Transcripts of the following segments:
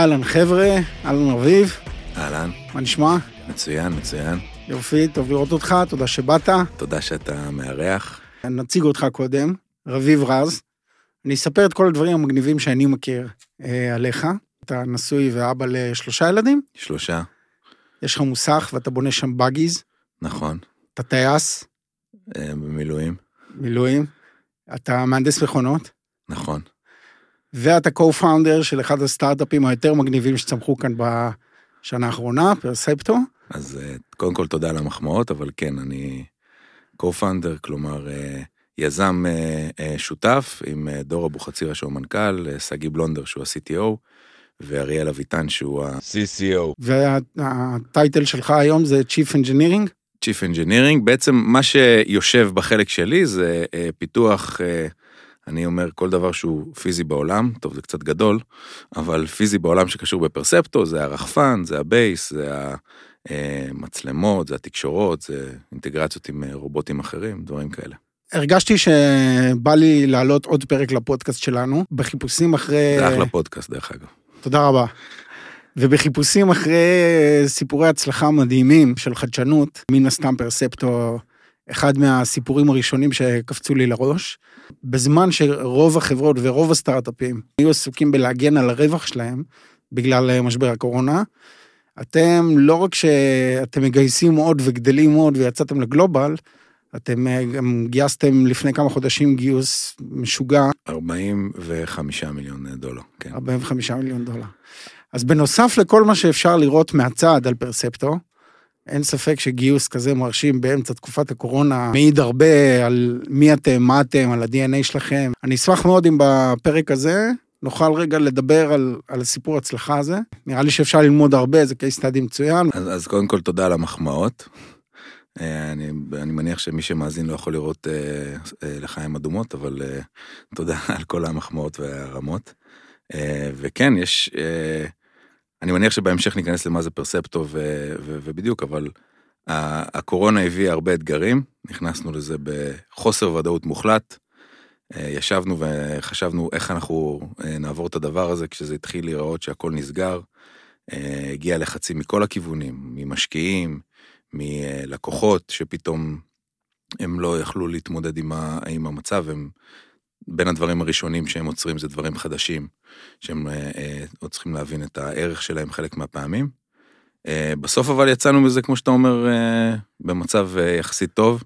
אהלן חבר'ה, אהלן רביב. אהלן. מה נשמע? מצוין, מצוין. יופי, טוב לראות אותך, תודה שבאת. תודה שאתה מארח. נציג אותך קודם, רביב רז. אני אספר את כל הדברים המגניבים שאני מכיר עליך. אתה נשוי ואבא ל3 ילדים? 3. יש לך מוסך ואתה בונה שם בגיז. נכון. אתה טייס. במילואים. מילואים. אתה מהנדס מכונות. נכון. ואתה co-founder של אחד הסטארט-אפים היותר מגניבים שצמחו כאן בשנה האחרונה, פרספטו. אז קודם כל תודה על המחמאות, אבל כן, אני co-founder, כלומר יזם שותף עם דור אבוחצירא שהוא מנכ"ל, סגי בלונדר שהוא ה-CTO, ואריאל אביטן שהוא ה-CCO. והטייטל שלך היום זה Chief Engineering? Chief Engineering, בעצם מה שיושב בחלק שלי זה פיתוח, אני אומר כל דבר שהוא פיזי בעולם, טוב זה קצת גדול, אבל פיזי בעולם שקשור בפרספטו, זה הרחפן, זה הבייס, זה המצלמות, זה התקשורות, זה אינטגרציות עם רובוטים אחרים, דברים כאלה. הרגשתי שבא לי לעלות עוד פרק לפודקאסט שלנו, בחיפושים אחרי... זה אחלה פודקאסט דרך אגב. תודה רבה. ובחיפושים אחרי סיפורי הצלחה מדהימים של חדשנות, מן הסתם פרספטו, אחד מהסיפורים הראשונים שקפצו לי לראש, בזמן שרוב החברות ורוב הסטארט-אפים היו עסוקים בלהגן על הרווח שלהם, בגלל משבר הקורונה, אתם לא רק שאתם מגייסים עוד וגדלים עוד ויצאתם לגלובל, אתם גם גייסתם לפני כמה חודשים גיוס משוגע. 45 מיליון דולר, כן. 45 מיליון דולר. אז בנוסף לכל מה שאפשר לראות מהצד על פרספטו, אין ספק שגיוס כזה מרשים באמצע תקופת הקורונה, מעיד הרבה על מי אתם, מה אתם, על ה-DNA שלכם. אני אשמח מאוד אם בפרק הזה נוכל רגע לדבר על הסיפור ההצלחה הזה. נראה לי שאפשר ללמוד הרבה, זה קייס סטאדי מצוין. אז קודם כל תודה על המחמאות. אני מניח שמי שמאזין לא יכול לראות לחיים אדומות, אבל תודה על כל המחמאות והרמות. וכן, אני מניח שבהמשך ניכנס למה זה פרספטו ובדיוק, אבל הקורונה הביאה הרבה אתגרים, נכנסנו לזה בחוסר ודאות מוחלט, ישבנו וחשבנו איך אנחנו נעבור את הדבר הזה, כשזה התחיל להיראות שהכל נסגר, הגיע לחצים מכל הכיוונים, ממשקיעים, מלקוחות שפתאום הם לא יכלו להתמודד עם המצב, הם בין הדברים הראשונים שהם עוצרים זה דברים חדשים, שהם עוד צריכים להבין את הערך שלהם חלק מהפעמים. בסוף אבל יצאנו מזה, כמו שאתה אומר, במצב יחסית טוב,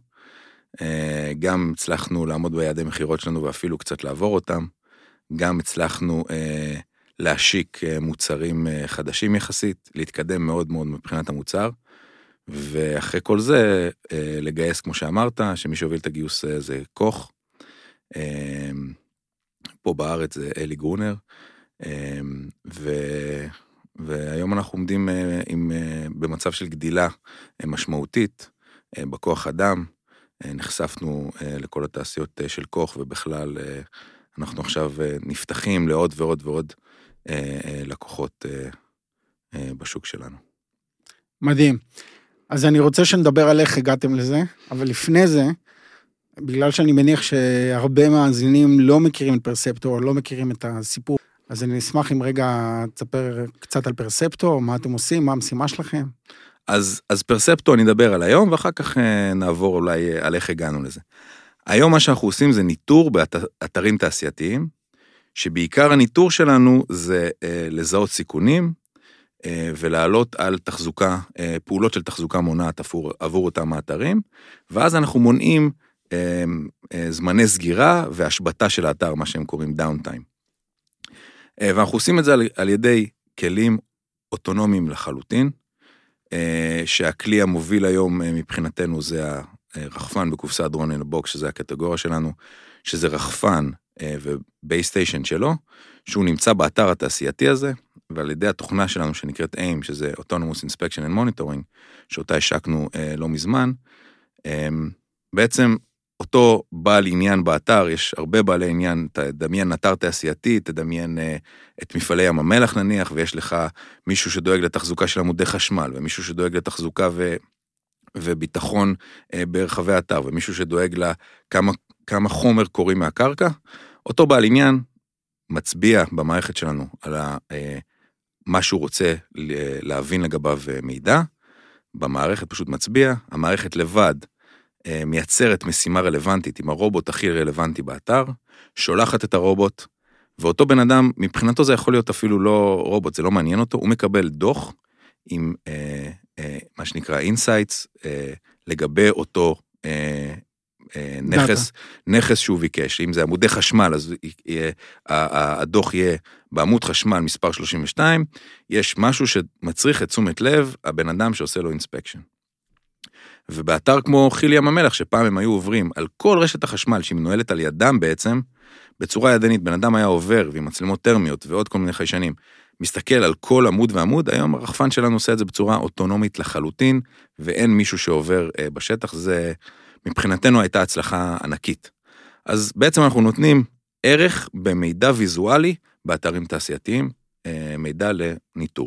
גם הצלחנו לעמוד ביעדי מחירות שלנו ואפילו קצת לעבור אותם, גם הצלחנו להשיק מוצרים חדשים יחסית, להתקדם מאוד מאוד מבחינת המוצר, ואחרי כל זה לגייס כמו שאמרת, שמי שהוביל את הגיוס זה כוח, פה בארץ זה אלי גרונר, והיום אנחנו עומדים במצב של גדילה משמעותית בכוח אדם, נחשפנו לכל התעשיות של כוח, ובכלל אנחנו עכשיו נפתחים לעוד ועוד ועוד לקוחות בשוק שלנו. מדהים. אז אני רוצה שנדבר על איך הגעתם לזה, אבל לפני זה, בגלל שאני מניח שהרבה מאזינים לא מכירים את פרספטו, או לא מכירים את הסיפור, אז אני אשמח אם רגע תספר קצת על פרספטו, מה אתם עושים, מה המשימה שלכם. אז פרספטו אני אדבר על היום, ואחר כך נעבור אולי על איך הגענו לזה. היום מה שאנחנו עושים זה ניטור באתרים תעשייתיים, שבעיקר הניטור שלנו זה לזהות סיכונים, ולעלות על תחזוקה, פעולות של תחזוקה מונעת עבור אותם האתרים, ואז אנחנו מונעים זמני סגירה והשבתה של האתר, מה שהם קוראים דאון-טיים. ואנחנו עושים את זה על ידי כלים אוטונומיים לחלוטין, שהכלי המוביל היום מבחינתנו זה הרחפן בקופסת דרון אין בוקס, שזה הקטגוריה שלנו, שזה רחפן ובייסטיישן שלו, שהוא נמצא באתר התעשייתי הזה, ועל ידי התוכנה שלנו שנקראת AIM, שזה Autonomous Inspection and Monitoring, שאותה השקנו לא מזמן, בעצם אותו בעל עניין באתר, יש הרבה בעלי עניין, תדמיין אתר תעשייתי, תדמיין את מפעלי ים המלח נניח, ויש לך מישהו שדואג לתחזוקה של עמודי חשמל, ומישהו שדואג לתחזוקה וביטחון ברחבי האתר, ומישהו שדואג לכמה חומר קוראים מהקרקע, אותו בעל עניין מצביע במערכת שלנו על מה שהוא רוצה להבין לגביו מידע, במערכת פשוט מצביע, המערכת לבד מייצרת משימה רלוונטית עם הרובוט הכי רלוונטי באתר, שולחת את הרובוט, ואותו בן אדם, מבחינתו זה יכול להיות אפילו לא רובוט, זה לא מעניין אותו, הוא מקבל דוח עם מה שנקרא אינסייטס, לגבי אותו נכס שהוא ביקש. אם זה עמודי חשמל, אז הדוח יהיה בעמוד חשמל מספר 32, יש משהו שמצריך את תשומת לב הבן אדם שעושה לו אינספקשן. ובאתר כמו חיל ים המלח, שפעם הם היו עוברים על כל רשת החשמל שהיא מנוהלת על ידם בעצם, בצורה ידנית, בן אדם היה עובר ועם מצלמות טרמיות ועוד כל מיני חיישנים, מסתכל על כל עמוד ועמוד, היום הרחפן שלנו עושה את זה בצורה אוטונומית לחלוטין, ואין מישהו שעובר בשטח, זה מבחינתנו הייתה הצלחה ענקית. אז בעצם אנחנו נותנים ערך במידע ויזואלי באתרים תעשייתיים, מידע לניטור.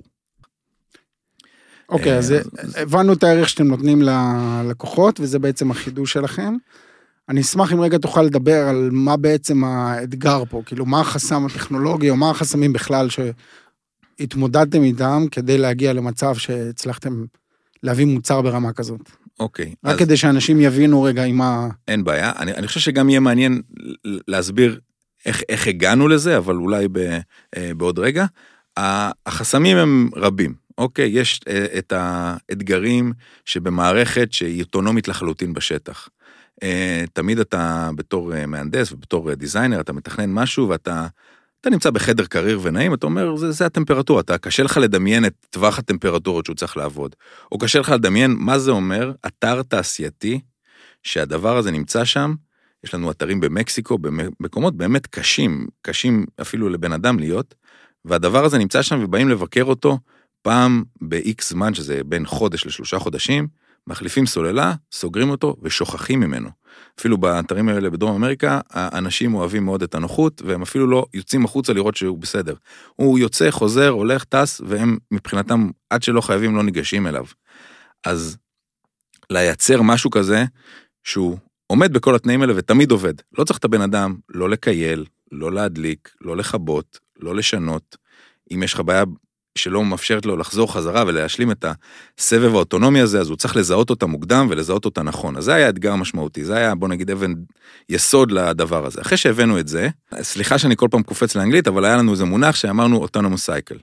אוקיי, אז הבנו את הערך שאתם נותנים ללקוחות, וזה בעצם החידוש שלכם. אני אשמח אם רגע תוכל לדבר על מה בעצם האתגר פה, כאילו מה החסם הטכנולוגי, או מה החסמים בכלל שהתמודדתם איתם, כדי להגיע למצב שהצלחתם להביא מוצר ברמה כזאת. אוקיי. רק כדי שאנשים יבינו רגע עם מה... אין בעיה, אני חושב שגם יהיה מעניין להסביר איך הגענו לזה, אבל אולי בעוד רגע. החסמים הם רבים. אוקיי, יש את האתגרים שבמערכת שהיא אוטונומית לחלוטין בשטח. תמיד אתה בתור מהנדס ובתור דיזיינר, אתה מתכנן משהו ואתה נמצא בחדר קריר ונעים, אתה אומר, זה הטמפרטורה, קשה לך לדמיין את טווח הטמפרטורות שהוא צריך לעבוד, או קשה לך לדמיין מה זה אומר, אתר תעשייתי, שהדבר הזה נמצא שם, יש לנו אתרים במקסיקו, במקומות באמת קשים אפילו לבן אדם להיות, והדבר הזה נמצא שם ובאים לבקר אותו, פעם ב-X זמן, שזה בין חודש ל3 חודשים, מחליפים סוללה, סוגרים אותו ושוכחים ממנו. אפילו באתרים האלה בדרום אמריקה, האנשים אוהבים מאוד את הנוחות, והם אפילו לא יוצאים החוצה לראות שהוא בסדר. הוא יוצא, חוזר, הולך, טס, והם מבחינתם, עד שלא חייבים, לא ניגשים אליו. אז לייצר משהו כזה, שהוא עומד בכל התנאים האלה ותמיד עובד. לא צריך את הבן אדם, לא לקייל, לא להדליק, לא לחבות, לא לשנות. אם יש לך בעיה שלא מאפשרת לו לחזור חזרה ולהשלים את הסבב האוטונומי הזה, אז הוא צריך לזהות אותה מוקדם ולזהות אותה נכון. אז זה היה אתגר משמעותי, זה היה, בוא נגיד, אבן יסוד לדבר הזה. אחרי שהבאנו את זה, סליחה שאני כל פעם קופץ לאנגלית, אבל היה לנו איזה מונח שאמרנו Autonomous Cycle.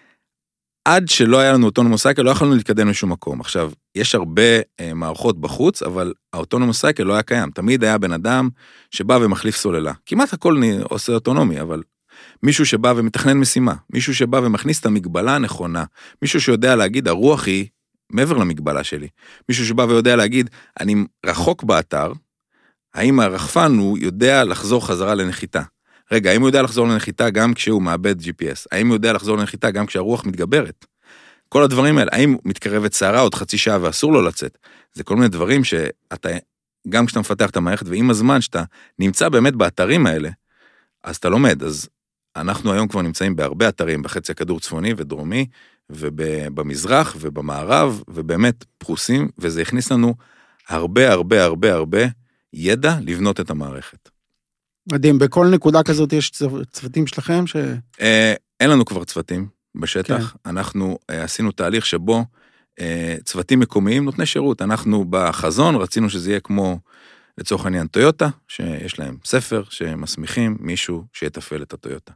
עד שלא היה לנו Autonomous Cycle, לא יכולנו להתקדם לשום מקום. עכשיו, יש הרבה מערכות בחוץ, אבל ה-Autonomous Cycle לא היה קיים. תמיד היה בן אדם שבא ומחליף סוללה. כמעט הכל עושה אוטונומי, אבל מישהו שבא ומתכנן משימה, מישהו שבא ומכניס את המגבלה הנכונה, מישהו שיודע להגיד, הרוח היא מעבר למגבלה שלי, מישהו שבא ויודע להגיד, אני רחוק באתר, האם הרחפן הוא יודע לחזור חזרה לנחיתה? רגע, האם הוא יודע לחזור לנחיתה גם כשהוא מאבד GPS? האם הוא יודע לחזור לנחיתה גם כשהרוח מתגברת? כל הדברים האלה, האם מתקרבת שערה עוד חצי שעה ואסור לו לצאת? זה כל מיני דברים שאתה, גם כשאתה מפתח את המערכת, ועם הזמן שאתה נמצא באמת באתרים האלה, אז אתה לומד, אז אנחנו היום כבר נמצאים בהרבה אתרים, בחצי הכדור צפוני ודרומי, ובמזרח ובמערב, ובאמת פרוסים, וזה הכניס לנו הרבה ידע לבנות את המערכת. מדהים, בכל נקודה כזאת יש צוותים שלכם ש... אין לנו כבר צוותים בשטח, אנחנו עשינו תהליך שבו צוותים מקומיים נותני שירות, אנחנו בחזון רצינו שזה יהיה כמו... לצורך העניין טויוטה, שיש להם ספר שמסמיכים מישהו שיתפעל את הטויוטה.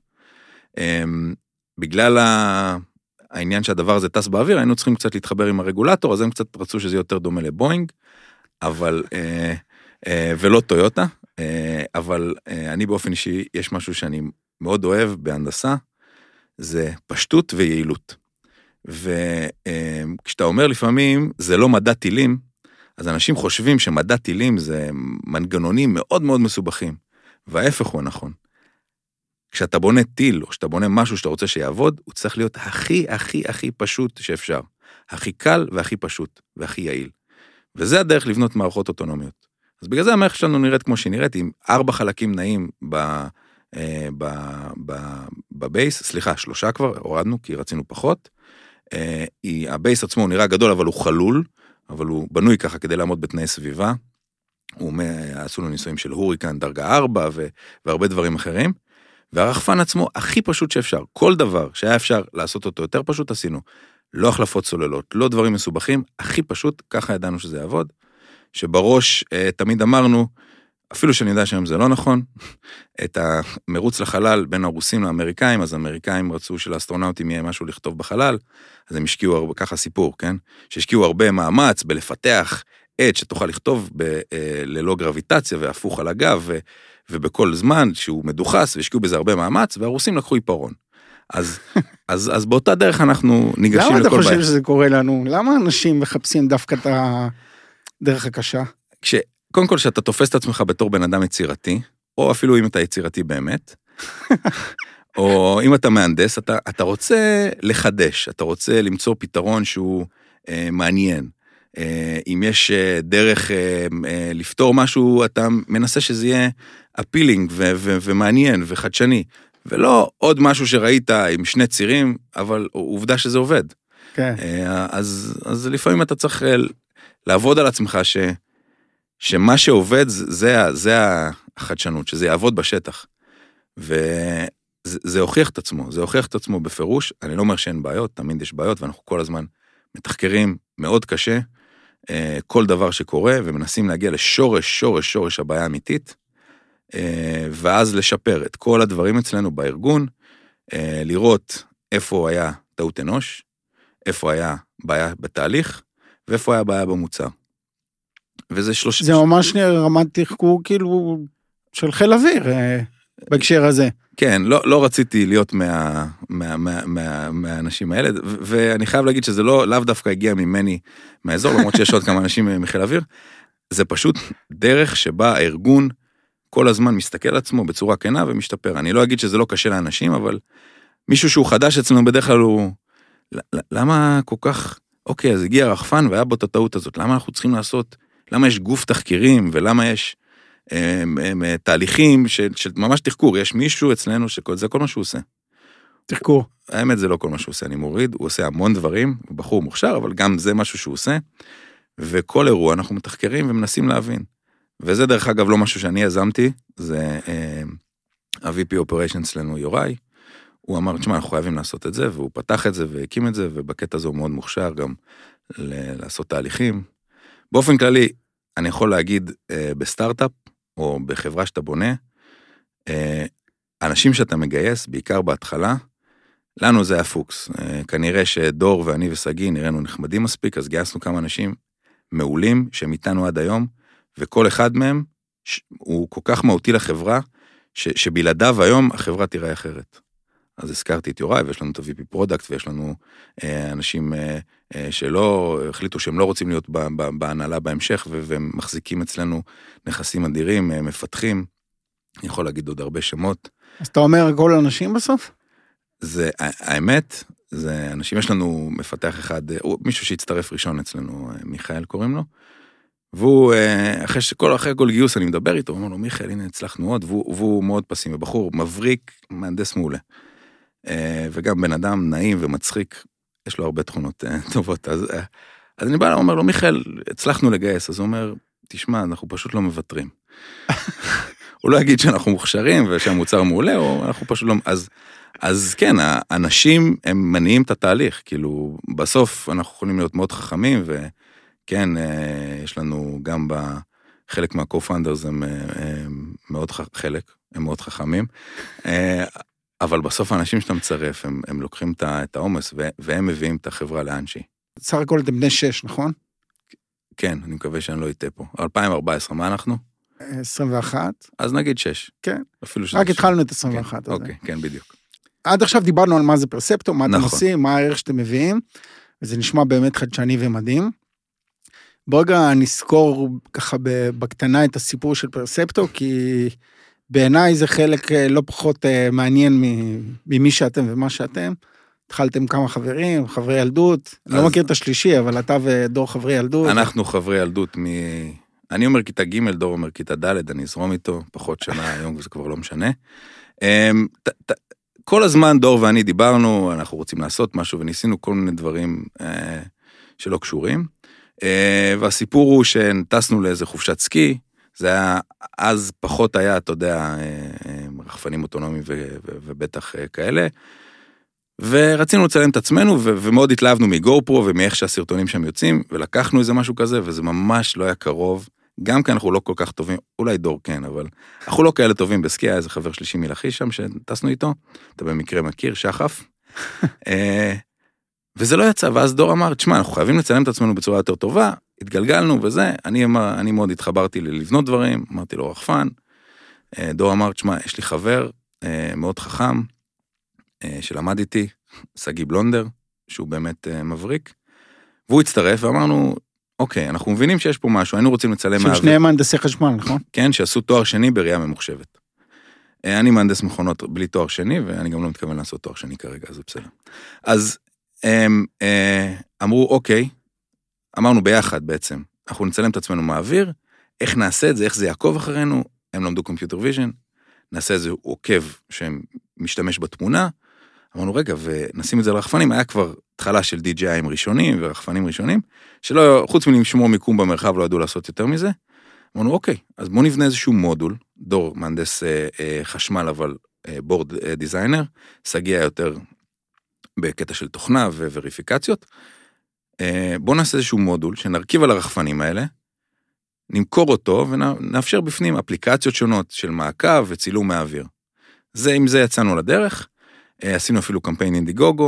בגלל העניין שהדבר הזה טס באוויר, היינו צריכים קצת להתחבר עם הרגולטור, אז הם קצת רצו שזה יותר דומה לבוינג, אבל, ולא טויוטה, אבל אני באופן אישי, יש משהו שאני מאוד אוהב בהנדסה, זה פשטות ויעילות. וכשאתה אומר לפעמים, זה לא מדע טילים, אז אנשים חושבים שמדע טילים זה מנגנונים מאוד מאוד מסובכים, וההפך הוא נכון. כשאתה בונה טיל, או כשאתה בונה משהו שאתה רוצה שיעבוד, הוא צריך להיות הכי פשוט שאפשר. הכי קל והכי פשוט, והכי יעיל. וזה הדרך לבנות מערכות אוטונומיות. אז בגלל זה המערכת שלנו נראית כמו שהיא נראית, עם 4 חלקים נעים בבייס, סליחה, 3 כבר, הורדנו כי רצינו פחות. הבייס עצמו הוא נראה גדול, אבל הוא חלול, אבל הוא בנוי ככה כדי לעמוד בתנאי סביבה, עשו לו ניסויים של הוריקן דרגה 4 והרבה דברים אחרים, והרחפן עצמו הכי פשוט שאפשר. כל דבר שהיה אפשר לעשות אותו יותר פשוט עשינו. לא החלפות סוללות, לא דברים מסובכים, הכי פשוט, ככה ידענו שזה יעבוד. שבראש תמיד אמרנו, אפילו שאני יודע שהיום זה לא נכון, את המרוץ לחלל בין הרוסים לאמריקאים, אז האמריקאים רצו שלאסטרונאוטים יהיה משהו לכתוב בחלל, אז הם השקיעו, ככה סיפור, כן? שהשקיעו הרבה מאמץ בלפתח עט שתוכל לכתוב ללא גרביטציה והפוך על הגב, ובכל זמן שהוא מדוחס, והשקיעו בזה הרבה מאמץ, והרוסים לקחו עיפרון. אז באותה דרך אנחנו ניגשים לכל בעיה. למה אתה חושב שזה קורה לנו? למה אנשים מחפשים דווקא את הדרך הקשה? קודם כל, שאתה תופס את עצמך בתור בן אדם יצירתי, או אפילו אם אתה יצירתי באמת, או אם אתה מהנדס, אתה רוצה לחדש, אתה רוצה למצוא פתרון שהוא מעניין. אם יש דרך לפתור משהו, אתה מנסה שזה יהיה אפילינג ומעניין וחדשני, ולא עוד משהו שראית עם שני צירים, אבל עובדה שזה עובד. כן. אז לפעמים אתה צריך לעבוד על עצמך שמה שעובד זה החדשנות, שזה יעבוד בשטח. וזה הוכיח את עצמו, זה הוכיח את עצמו בפירוש. אני לא אומר שאין בעיות, תמיד יש בעיות, ואנחנו כל הזמן מתחקרים מאוד קשה, כל דבר שקורה, ומנסים להגיע לשורש הבעיה האמיתית, ואז לשפר את כל הדברים אצלנו בארגון, לראות איפה היה טעות אנוש, איפה היה בעיה בתהליך, ואיפה היה בעיה במוצר. וזה זה ממש רמת תחקור כאילו של חיל אוויר בהקשר הזה. כן, לא רציתי להיות מהאנשים האלה, ואני חייב להגיד שזה לאו דווקא הגיע ממני מהאזור, למרות שיש עוד כמה אנשים מחיל אוויר, זה פשוט דרך שבה הארגון כל הזמן מסתכל על עצמו בצורה כנה ומשתפר. אני לא אגיד שזה לא קשה לאנשים, אבל מישהו שהוא חדש אצלנו בדרך כלל הוא, למה כל כך, אוקיי, אז הגיע רחפן והיה בו את הטעות הזאת, למה אנחנו צריכים לעשות, למה יש גוף תחקירים ולמה יש תהליכים של ממש תחקור, יש מישהו אצלנו שזה כל מה שהוא עושה. תחקור. האמת זה לא כל מה שהוא עושה, אני מוריד, הוא עושה המון דברים, הוא בחור מוכשר, אבל גם זה משהו שהוא עושה, וכל אירוע אנחנו מתחקרים ומנסים להבין. וזה דרך אגב לא משהו שאני יזמתי, זה ה-VP Operations שלנו יוראי, הוא אמר, תשמע, אנחנו חייבים לעשות את זה, והוא פתח את זה והקים את זה, ובקטע הזה הוא מאוד מוכשר גם לעשות תהליכים. באופן כללי, אני יכול להגיד בסטארט-אפ, או בחברה שאתה בונה, אנשים שאתה מגייס, בעיקר בהתחלה, לנו זה היה פוקס. כנראה שדור ואני וסגי נראינו נחמדים מספיק, אז גייסנו כמה אנשים מעולים, שהם איתנו עד היום, וכל אחד מהם הוא כל כך מהותי לחברה, שבלעדיו היום החברה תיראה אחרת. אז הזכרתי את יוראי, ויש לנו את ה-VP פרודקט, ויש לנו אנשים שלא החליטו שהם לא רוצים להיות בהנהלה בהמשך, והם מחזיקים אצלנו נכסים אדירים, מפתחים, אני יכול להגיד עוד הרבה שמות. אז אתה אומר כל האנשים בסוף? זה, האמת, זה אנשים, יש לנו מפתח אחד, מישהו שהצטרף ראשון אצלנו, מיכאל קוראים לו, והוא, אחרי כל גיוס אני מדבר איתו, הוא אומר לו, מיכאל, הנה הצלחנו עוד, והוא מאוד פסימי, בחור מבריק, מהנדס מעולה. וגם בן אדם נעים ומצחיק, יש לו הרבה תכונות טובות, אז אני בא, אומר לו, מיכאל, הצלחנו לגייס, אז הוא אומר, תשמע, אנחנו פשוט לא מוותרים. הוא לא יגיד שאנחנו מוכשרים, ושהמוצר מעולה, או אנחנו פשוט לא, אז כן, האנשים הם מניעים את התהליך, כאילו, בסוף אנחנו יכולים להיות מאוד חכמים, וכן, יש לנו גם בחלק מה-co-founders הם מאוד הם מאוד חכמים, אבל בסוף האנשים שאתה מצרף, הם לוקחים את העומס, והם מביאים את החברה לאן שהיא. סך הכל אתם בני 6, נכון? כן, אני מקווה שאני לא אטעה פה. 2014, מה אנחנו? 21. אז נגיד 6. כן. רק התחלנו את 21. אוקיי, כן, בדיוק. עד עכשיו דיברנו על מה זה פרספטו, מה אתם עושים, מה הערך שאתם מביאים, וזה נשמע באמת חדשני ומדהים. ברגע נזכור ככה בקטנה את הסיפור של פרספטו, כי בעיניי זה חלק לא פחות מעניין ממי שאתם ומה שאתם. התחלתם כמה חברים, חברי ילדות, אני לא מכיר את השלישי, אבל אתה ודור חברי ילדות. אנחנו חברי ילדות אני אומר כיתה ג', דור אומר כיתה ד', אני אזרום איתו, פחות שנה, היום זה כבר לא משנה. כל הזמן דור ואני דיברנו, אנחנו רוצים לעשות משהו, וניסינו כל מיני דברים שלא קשורים, והסיפור הוא שנטסנו לאיזה חופשת סקי, זה היה, אז פחות היה, אתה יודע, רחפנים אוטונומיים ובטח כאלה, ורצינו לצלם את עצמנו, ומאוד התלהבנו מגו-פרו ומאיך שהסרטונים שם יוצאים, ולקחנו איזה משהו כזה, וזה ממש לא היה קרוב, גם כי אנחנו לא כל כך טובים, אולי דור כן, אבל אנחנו לא כאלה טובים בסקי, היה איזה חבר שלישי מלחי שם שטסנו איתו, אתה במקרה מכיר, שחף, וזה לא יצא, ואז דור אמר, תשמע, אנחנו חייבים לצלם את עצמנו בצורה יותר טובה, התגלגלנו וזה, אני מאוד התחברתי לבנות דברים, אמרתי לו רחפן, דור אמר, תשמע, יש לי חבר מאוד חכם, שלמד איתי, סגי בלונדר, שהוא באמת מבריק, והוא הצטרף ואמרנו, אוקיי, אנחנו מבינים שיש פה משהו, היינו רוצים לצלם של שני מהנדסי חשמל, נכון? כן, שעשו תואר שני בראייה ממוחשבת. אני מהנדס מכונות בלי תואר שני, ואני גם לא מתכוון לעשות תואר שני כרגע, אז זה בסדר. אז אמרו, אוקיי, אמרנו ביחד בעצם, אנחנו נצלם את עצמנו מהאוויר, איך נעשה את זה, איך זה יעקוב אחרינו, הם למדו קומפיוטר ויז'ן, נעשה איזה עוקב שמשתמש בתמונה, אמרנו רגע, ונשים את זה לרחפנים, היה כבר התחלה של DJI'ים ראשונים ורחפנים ראשונים, שלא, חוץ מלשמור מיקום במרחב, לא ידעו לעשות יותר מזה, אמרנו אוקיי, אז בואו נבנה איזשהו מודול, דור מהנדס חשמל, אבל בורד דיזיינר, סגי יותר בקטע של תוכנה ווריפיקציות, בואו נעשה איזשהו מודול, שנרכיב על הרחפנים האלה, נמכור אותו, ונאפשר בפנים אפליקציות שונות של מעקב וצילום מהאוויר. עם זה יצאנו לדרך, עשינו אפילו קמפיין אינדיגוגו,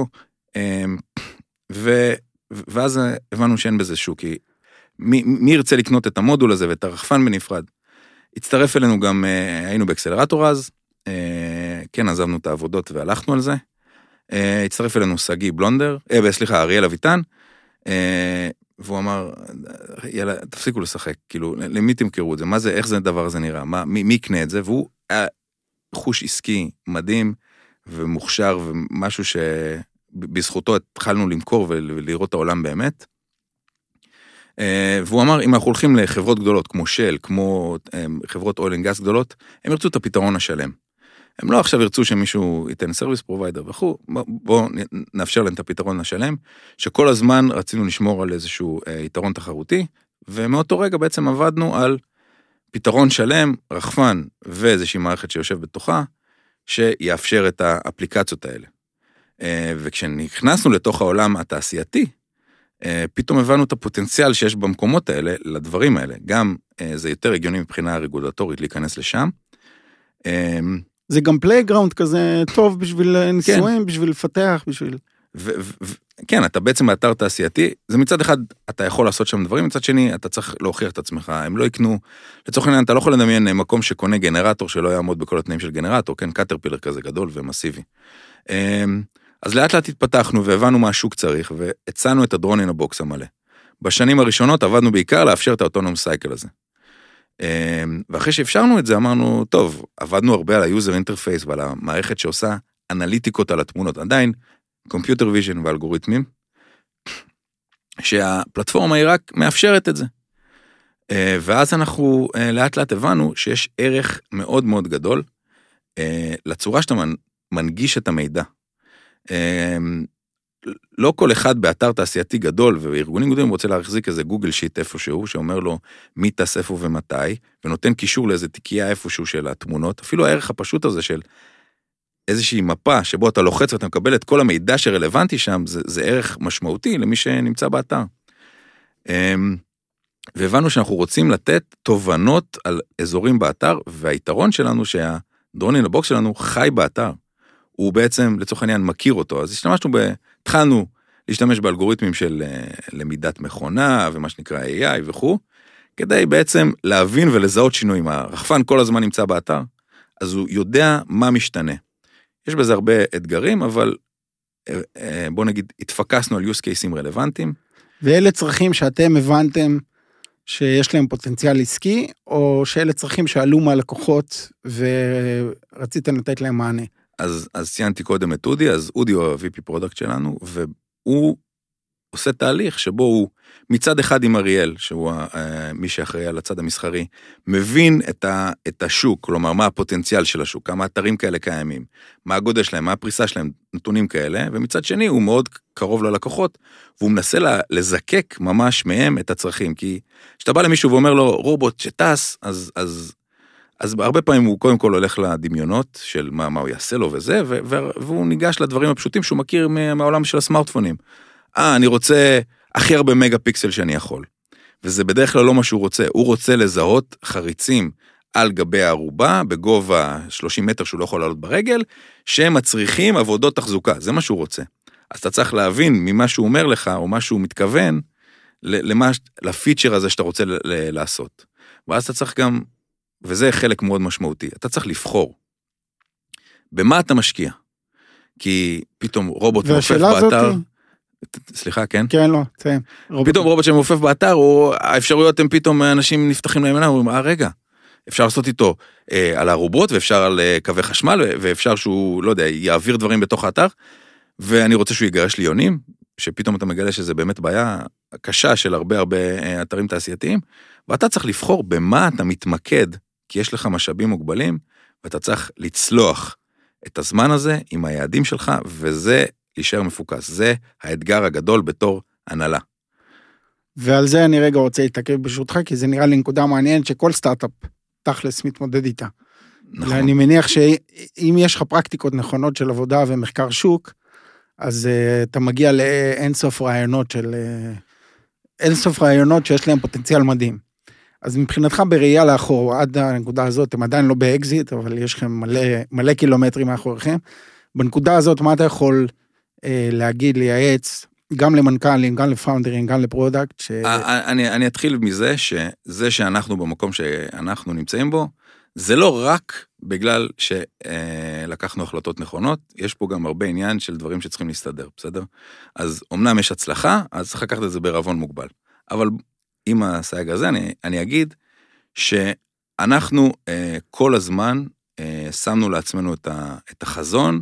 ואז הבנו שאין בזה שוק, כי מי ירצה לקנות את המודול הזה ואת הרחפן בנפרד? הצטרף אלינו גם, היינו באקסלרטור אז, כן, עזבנו את העבודות והלכנו על זה, הצטרף אלינו סגי בלונדר, אריאל אביטן, והוא אמר, יאללה, תפסיקו לשחק, כאילו, למי תמכרו את זה? מה זה, איך זה הדבר הזה נראה? מי יקנה את זה? והוא היה חוש עסקי מדהים ומוכשר, ומשהו שבזכותו התחלנו למכור ולראות את העולם באמת. והוא אמר, אם אנחנו הולכים לחברות גדולות, כמו של, כמו חברות אויל אנד גז גדולות, הם ירצו את הפתרון השלם. הם לא עכשיו ירצו שמישהו ייתן סרוויס פרוביידר וכו', בואו נאפשר להם את הפתרון השלם, שכל הזמן רצינו לשמור על איזשהו יתרון תחרותי, ומאותו רגע בעצם עבדנו על פתרון שלם, רחפן ואיזושהי מערכת שיושב בתוכה, שיאפשר את האפליקציות האלה. וכשנכנסנו לתוך העולם התעשייתי, פתאום הבנו את הפוטנציאל שיש במקומות האלה, לדברים האלה. גם זה יותר הגיוני מבחינה רגולטורית להיכנס לשם. זה גם פלייגראונד כזה טוב בשביל ניסויים, בשביל לפתח, בשביל... כן, אתה בעצם באתר תעשייתי, זה מצד אחד, אתה יכול לעשות שם דברים, מצד שני, אתה צריך להוכיח את עצמך, הם לא יקנו, לצורך העניין, אתה לא יכול לדמיין מקום שקונה גנרטור, שלא יעמוד בכל התנאים של גנרטור, כן, קטרפילר כזה גדול ומסיבי. אז לאט לאט התפתחנו, והבנו מה השוק צריך, והצענו את הדרון אין הבוקס המלא. בשנים הראשונות עבדנו בעיקר לאפשר את האוטונום סייקל הזה. ואחרי שאפשרנו את זה, אמרנו, טוב, עבדנו הרבה על היוזר אינטרפייס, ועל המערכת שעושה אנליטיקות על התמונות, עדיין, קומפיוטר ויז'ן ואלגוריתמים, שהפלטפורמה היא רק מאפשרת את זה. ואז אנחנו לאט לאט הבנו שיש ערך מאוד מאוד גדול, לצורה שאתה מנגיש את המידע. לא כל אחד באתר תעשייתי גדול, וארגונים גדולים רוצה להחזיק איזה גוגל שיט איפשהו, שאומר לו מי טס איפה ומתי, ונותן קישור לאיזה תיקייה איפשהו של התמונות, אפילו הערך הפשוט הזה של איזושהי מפה, שבו אתה לוחץ ואתה מקבל את כל המידע שרלוונטי שם, זה ערך משמעותי למי שנמצא באתר. והבנו שאנחנו רוצים לתת תובנות על אזורים באתר, והיתרון שלנו שהדרון אין הבוקס שלנו חי באתר. הוא בעצם, לצורך העניין, מכיר אותו. אז התחלנו להשתמש באלגוריתמים של למידת מכונה, ומה שנקרא AI וכו', כדי בעצם להבין ולזהות שינויים. הרחפן כל הזמן נמצא באתר, אז הוא יודע מה משתנה. יש בזה הרבה אתגרים, אבל בוא נגיד, התפקסנו על use cases רלוונטיים. ואלה צרכים שאתם הבנתם שיש להם פוטנציאל עסקי, או שאלה צרכים שעלו מהלקוחות ורציתם לתת להם מענה? אז ציינתי קודם את אודי, אז אודי הוא ה-VP פרודקט שלנו, והוא עושה תהליך שבו הוא מצד אחד עם אריאל, שהוא מי שאחראי על הצד המסחרי, מבין את השוק, כלומר מה הפוטנציאל של השוק, כמה אתרים כאלה קיימים, מה הגודל שלהם, מה הפריסה שלהם, נתונים כאלה, ומצד שני הוא מאוד קרוב ללקוחות, והוא מנסה לזקק ממש מהם את הצרכים, כי כשאתה בא למישהו ואומר לו רובוט שטס, אז אז הרבה פעמים הוא קודם כל הולך לדמיונות של מה הוא יעשה לו וזה, והוא ניגש לדברים הפשוטים שהוא מכיר מהעולם של הסמארטפונים. אני רוצה הכי הרבה מגה פיקסל שאני יכול. וזה בדרך כלל לא מה שהוא רוצה. הוא רוצה לזהות חריצים על גבי הערובה, בגובה 30 מטר שהוא לא יכול לעלות ברגל, שהם מצריכים עבודות תחזוקה. זה מה שהוא רוצה. אז אתה צריך להבין ממה שהוא אומר לך, או מה שהוא מתכוון, לפיצ'ר הזה שאתה רוצה לעשות. ואז אתה צריך גם, וזה חלק מאוד משמעותי, אתה צריך לבחור. במה אתה משקיע? כי פתאום רובוט מעופף באתר, סליחה, כן? כן, לא, תסיים. פתאום רובוט שמעופף באתר, האפשרויות הן פתאום, אנשים נפתחים להם עיניים, אומרים, רגע, אפשר לעשות איתו על הערובות, ואפשר על קווי חשמל, ואפשר שהוא, לא יודע, יעביר דברים בתוך האתר, ואני רוצה שהוא יגרש לי יונים, שפתאום אתה מגלה שזה באמת בעיה קשה של הרבה אתרים תעשייתיים, ואתה צריך לבחור במה אתה מתמקד, כי יש לך משאבים מוגבלים, ואתה צריך לצלוח את הזמן הזה עם היעדים שלך, וזה להישאר מפוקס. זה האתגר הגדול בתור הנהלה. ועל זה אני רגע רוצה להתעכב ברשותך, כי זה נראה לי נקודה מעניינת שכל סטארט-אפ תכלס מתמודד איתה. נכון. אני מניח שאם יש לך פרקטיקות נכונות של עבודה ומחקר שוק, אז אתה מגיע לאינסוף רעיונות שיש להם פוטנציאל מדהים. אז מבחינתך בראייה לאחור, עד הנקודה הזאת, הם עדיין לא באקזיט, אבל יש לכם מלא קילומטרים מאחוריכם. בנקודה הזאת, מה אתה יכול להגיד, לייעץ, גם למנכ"לים, גם לפאונדרים, גם לפרודקט? אני אתחיל מזה, שזה שאנחנו במקום שאנחנו נמצאים בו, זה לא רק בגלל שלקחנו החלטות נכונות, יש פה גם הרבה עניין של דברים שצריכים להסתדר, בסדר? אז אמנם יש הצלחה, אז צריך לקחת את זה בערבון מוגבל. אבל עם הסייג הזה, אני אגיד שאנחנו כל הזמן שמנו לעצמנו את החזון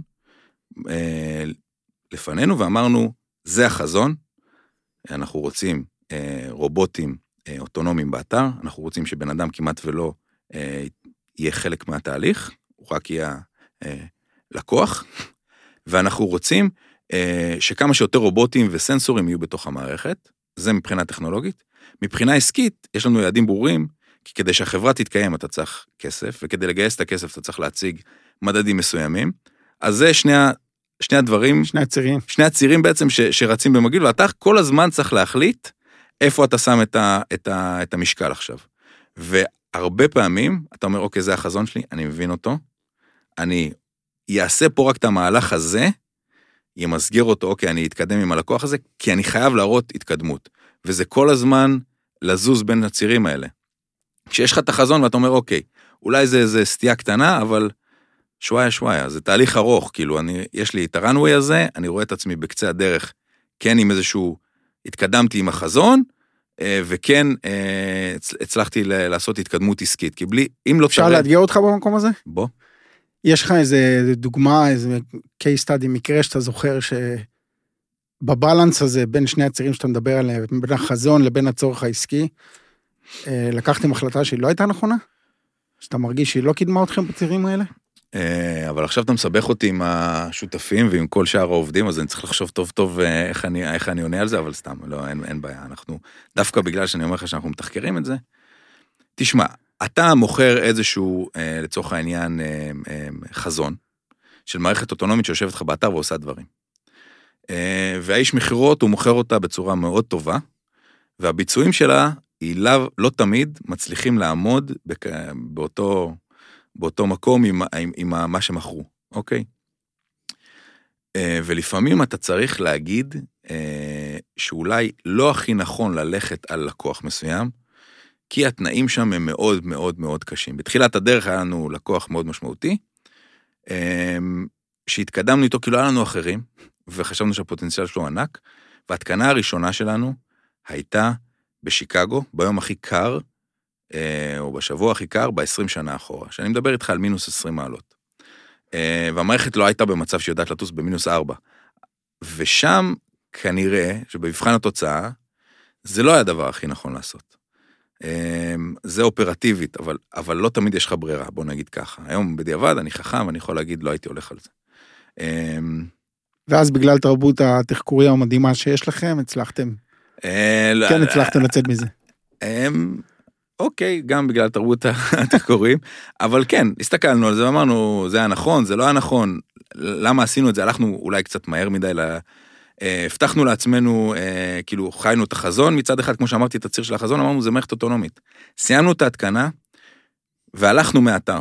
לפנינו, ואמרנו, זה החזון, אנחנו רוצים רובוטים אוטונומיים באתר, אנחנו רוצים שבן אדם כמעט ולא יהיה חלק מהתהליך, הוא רק יהיה לקוח, ואנחנו רוצים שכמה שיותר רובוטים וסנסורים יהיו בתוך המערכת, זה מבחינה טכנולוגית. מבחינה עסקית, יש לנו יעדים ברורים, כי כדי שהחברה תתקיים אתה צריך כסף, וכדי לגייס את הכסף אתה צריך להציג מדדים מסוימים, אז זה שני הדברים, שני הצירים בעצם שרצים במגיל, ואתה כל הזמן צריך להחליט איפה אתה שם את המשקל עכשיו. והרבה פעמים אתה אומר, אוקיי, זה החזון שלי, אני מבין אותו, אני אעשה פה רק את המהלך הזה, ימסגר אותו, אוקיי, אני אתקדם עם הלקוח הזה, כי אני חייב להראות התקדמות. וזה כל הזמן לזוז בין הצירים האלה. כשיש לך את החזון ואתה אומר, אוקיי, אולי זה סטייה קטנה, אבל שוואיה, זה תהליך ארוך, כאילו, יש לי את הרנווי הזה, אני רואה את עצמי בקצה הדרך, כן עם איזשהו, התקדמתי עם החזון, וכן הצלחתי לעשות התקדמות עסקית, כי בלי, אם לא... אפשר להדגיע אותך במקום הזה? בוא. יש לך איזה דוגמה, איזה case study, מקרה שאתה זוכר שבבלנס הזה, בין שני הצירים שאתה מדבר עליהם, בין החזון לבין הצורך העסקי, לקחתם החלטה שהיא לא הייתה נכונה? שאתה מרגיש שהיא לא קידמה אתכם בצירים האלה? אבל עכשיו אתה מסבך אותי עם השותפים ועם כל שאר העובדים, אז אני צריך לחשוב טוב איך אני עונה על זה, אבל סתם, לא, אין בעיה. אנחנו, דווקא בגלל שאני אומר לך שאנחנו מתחקרים את זה, תשמע, אתה מוכר איזשהו, לצורך העניין, חזון, של מערכת אוטונומית שיושבת לך באתר ועושה דברים. והאיש מחירות, הוא מוכר אותה בצורה מאוד טובה, והביצועים שלה, היא לא תמיד מצליחים לעמוד באותו מקום עם מה שמכרו, אוקיי? ולפעמים אתה צריך להגיד שאולי לא הכי נכון ללכת על לקוח מסוים, כי התנאים שם הם מאוד מאוד מאוד קשים. בתחילת הדרך היה לנו לקוח מאוד משמעותי, שהתקדמנו איתו כאילו היה לנו אחרים, וחשבנו שהפוטנציאל שלו ענק, וההתקנה הראשונה שלנו הייתה בשיקגו, ביום הכי קר, או בשבוע הכי קר, ב-20 שנה אחורה, שאני מדבר איתך על מינוס 20 מעלות. והמערכת לא הייתה במצב שיודעת לטוס במינוס 4. ושם כנראה שבבחן התוצאה, זה לא היה הדבר הכי נכון לעשות. זה אופרטיבית, אבל לא תמיד יש לך ברירה, בוא נגיד ככה. היום בדיעבד אני חכם, אני יכול להגיד, לא הייתי הולך על זה. ואז בגלל תרבות התחקוריה המדהימה שיש לכם, הצלחתם. כן, הצלחתם לצאת מזה. אוקיי, גם בגלל תרבות התחקורים, אבל כן, הסתכלנו על זה, ואמרנו, זה היה נכון, זה לא היה נכון, למה עשינו את זה, הלכנו אולי קצת מהר מדי, הבטחנו לעצמנו, כאילו חיינו את החזון, מצד אחד, כמו שאמרתי, את הציר של החזון, אמרנו, זה מערכת אוטונומית. סיימנו את ההתקנה, והלכנו מהאתר.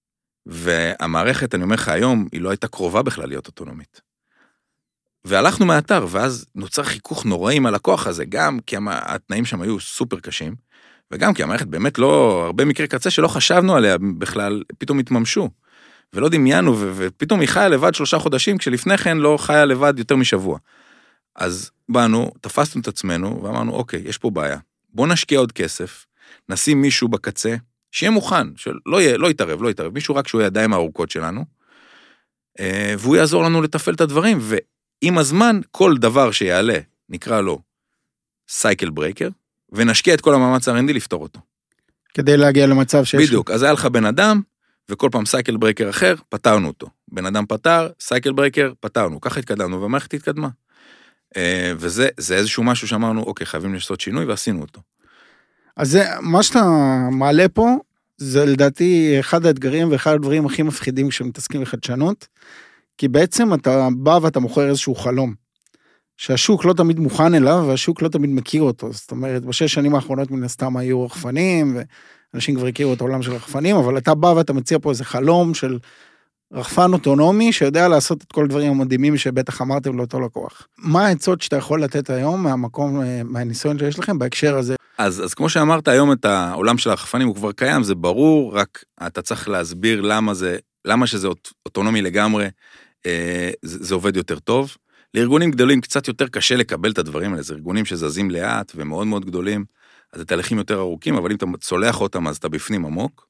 והמערכת, אני אומר לך היום, היא לא הייתה קרובה בכלל להיות אוטונומית. והלכנו מהאתר, ואז נוצר חיכוך נוראי עם הלקוח הזה, גם כי התנאים שם היו סופר קשים, וגם כי המערכת באמת לא, הרבה מקרי קצה שלא חשבנו עליה בכלל, פתאום התממשו, ולא דמיינו, ופתאום היא חיה לבד 3 חודשים, כשלפני כן לא חיה לבד יותר משבוע. אז באנו, תפסנו את עצמנו, ואמרנו, אוקיי, יש פה בעיה, בוא נשקיע עוד כסף, נשים מישהו בקצה, שיהיה מוכן, לא יתערב, מישהו רק שהוא ידיים הארוכות שלנו, והוא יעזור לנו לתפעל את הדברים, ועם הזמן, כל דבר שיעלה, נקרא לו סייקל ברייקר, ונשקיע את כל המאמץ R&D לפתור אותו. כדי להגיע למצב שיש... בדיוק, אז היה לך בן אדם, וכל פעם סייקל ברייקר אחר, פתרנו אותו. בן אדם פתר, סייקל ברייקר, פתרנו. ככה התקדמנו, והמערכת התקדמה. וזה איזשהו משהו שאמרנו, אוקיי, חייבים לעשות שינוי, ועשינו אותו. אז זה, מה שאתה מעלה פה, זה לדעתי אחד האתגרים, ואחד הדברים הכי מפחידים כשמתעסקים בחדשנות, כי בעצם אתה בא ואתה מוכר איזשהו חלום. שהשוק לא תמיד מוכן אליו, והשוק לא תמיד מכיר אותו. זאת אומרת, ב6 שנים האחרונות מן הסתם היו רחפנים, ואנשים כבר הכירו את העולם של רחפנים, אבל אתה בא ואתה מציע פה איזה חלום של רחפן אוטונומי, שיודע לעשות את כל הדברים המדהימים שבטח אמרתם לאותו לקוח. מה העצות שאתה יכול לתת היום מהמקום, מהניסיון שיש לכם בהקשר הזה? אז כמו שאמרת, היום את העולם של הרחפנים הוא כבר קיים, זה ברור, רק אתה צריך להסביר למה שזה אוטונומי לגמרי, זה עובד יותר טוב. לארגונים גדולים קצת יותר קשה לקבל את הדברים האלה, זה ארגונים שזזים לאט ומאוד מאוד גדולים, אז התהליכים יותר ארוכים, אבל אם אתה צולח אותם, אז אתה בפנים עמוק.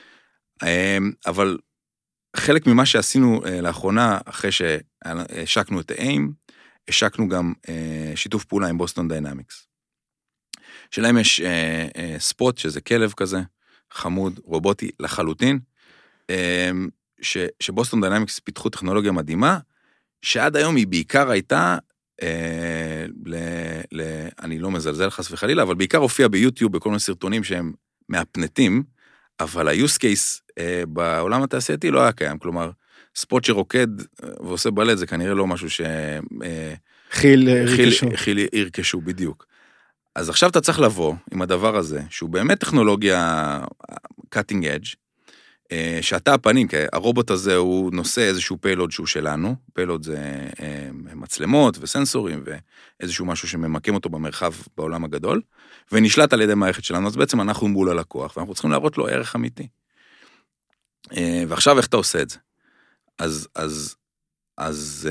אבל חלק ממה שעשינו לאחרונה, אחרי שהשקנו את AIM, השקנו גם שיתוף פעולה עם בוסטון דיינמיקס. שלהם יש ספוט, שזה כלב כזה, חמוד, רובוטי לחלוטין, שבוסטון דיינמיקס פיתחו טכנולוגיה מדהימה, שעד היום היא בעיקר הייתה, אני לא מזלזל חס וחלילה, אבל בעיקר הופיע ביוטיוב בכל מיני סרטונים שהם מהפנטים, אבל ה-use case בעולם התעשייתי לא היה קיים, כלומר, ספוט שרוקד ועושה בלט, זה כנראה לא משהו חיל ירכשו בדיוק. אז עכשיו אתה צריך לבוא עם הדבר הזה, שהוא באמת טכנולוגיה cutting edge, שאתה הפנים, כי הרובוט הזה הוא נושא איזשהו פיילוד שהוא שלנו, פיילוד זה מצלמות וסנסורים, ואיזשהו משהו שממקם אותו במרחב בעולם הגדול, ונשלט על ידי מערכת שלנו, אז בעצם אנחנו מול הלקוח, ואנחנו צריכים להראות לו ערך אמיתי. ועכשיו איך אתה עושה את זה? אז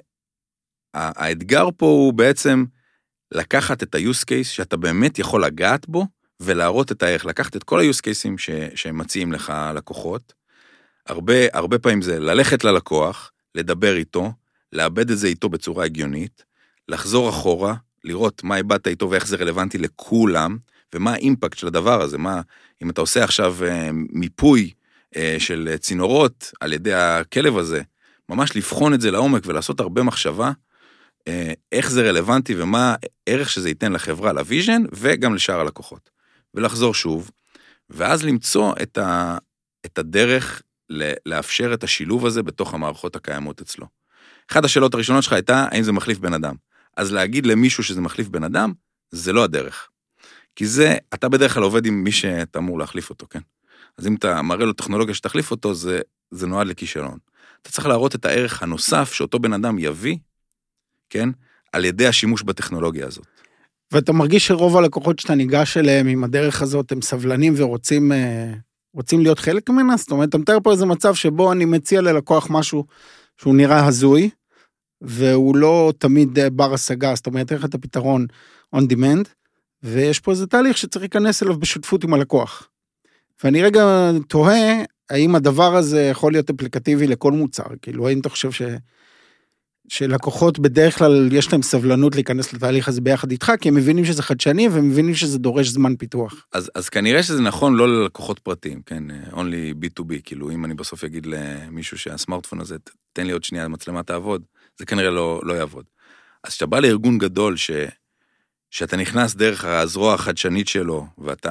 האתגר פה הוא בעצם לקחת את ה-use case שאתה באמת יכול לגעת בו, ולהראות את הערך, לקחת את כל ה-use cases שהם מציעים לך לקוחות, הרבה פעמים זה ללכת ללקוח, לדבר איתו, לאבד את זה איתו בצורה הגיונית, לחזור אחורה, לראות מה איבדת איתו ואיך זה רלוונטי לכולם, ומה האימפקט של הדבר הזה, אם אתה עושה עכשיו מיפוי של צינורות על ידי הכלב הזה, ממש לבחון את זה לעומק ולעשות הרבה מחשבה, איך זה רלוונטי ומה הערך שזה ייתן לחברה, לוויז'ן, וגם לשאר הלקוחות. ולחזור שוב, ואז למצוא את הדרך לאפשר את השילוב הזה בתוך המערכות הקיימות אצלו. אחת השאלות הראשונות שלך הייתה, האם זה מחליף בן אדם? אז להגיד למישהו שזה מחליף בן אדם, זה לא הדרך. כי אתה בדרך כלל עובד עם מי שאתה אמור להחליף אותו, כן? אז אם אתה מראה לו טכנולוגיה שתחליף אותו, זה נועד לכישלון. אתה צריך להראות את הערך הנוסף שאותו בן אדם יביא, כן? על ידי השימוש בטכנולוגיה הזאת. ואתה מרגיש שרוב הלקוחות שאתה ניגש אליהם עם הדרך הזאת, הם סבלנים ורוצים להיות חלק ממנה? זאת אומרת, אתה מתאר פה איזה מצב שבו אני מציע ללקוח משהו שהוא נראה הזוי, והוא לא תמיד בר השגה, זאת אומרת, איך את הפתרון on demand, ויש פה איזה תהליך שצריך להיכנס אליו בשותפות עם הלקוח. ואני רגע תוהה, האם הדבר הזה יכול להיות אפליקטיבי לכל מוצר? כאילו, האם אתה חושב שלקוחות בדרך כלל יש להם סבלנות להיכנס לתהליך הזה ביחד איתך, כי הם מבינים שזה חדשני, והם מבינים שזה דורש זמן פיתוח. אז כנראה שזה נכון לא ללקוחות פרטיים, כן, only B2B, כאילו אם אני בסוף אגיד למישהו שהסמארטפון הזה, תן לי עוד שנייה, המצלמה תעבוד, זה כנראה לא יעבוד. אז כשאתה בא לארגון גדול, שאתה נכנס דרך הזרוע החדשנית שלו, ואתה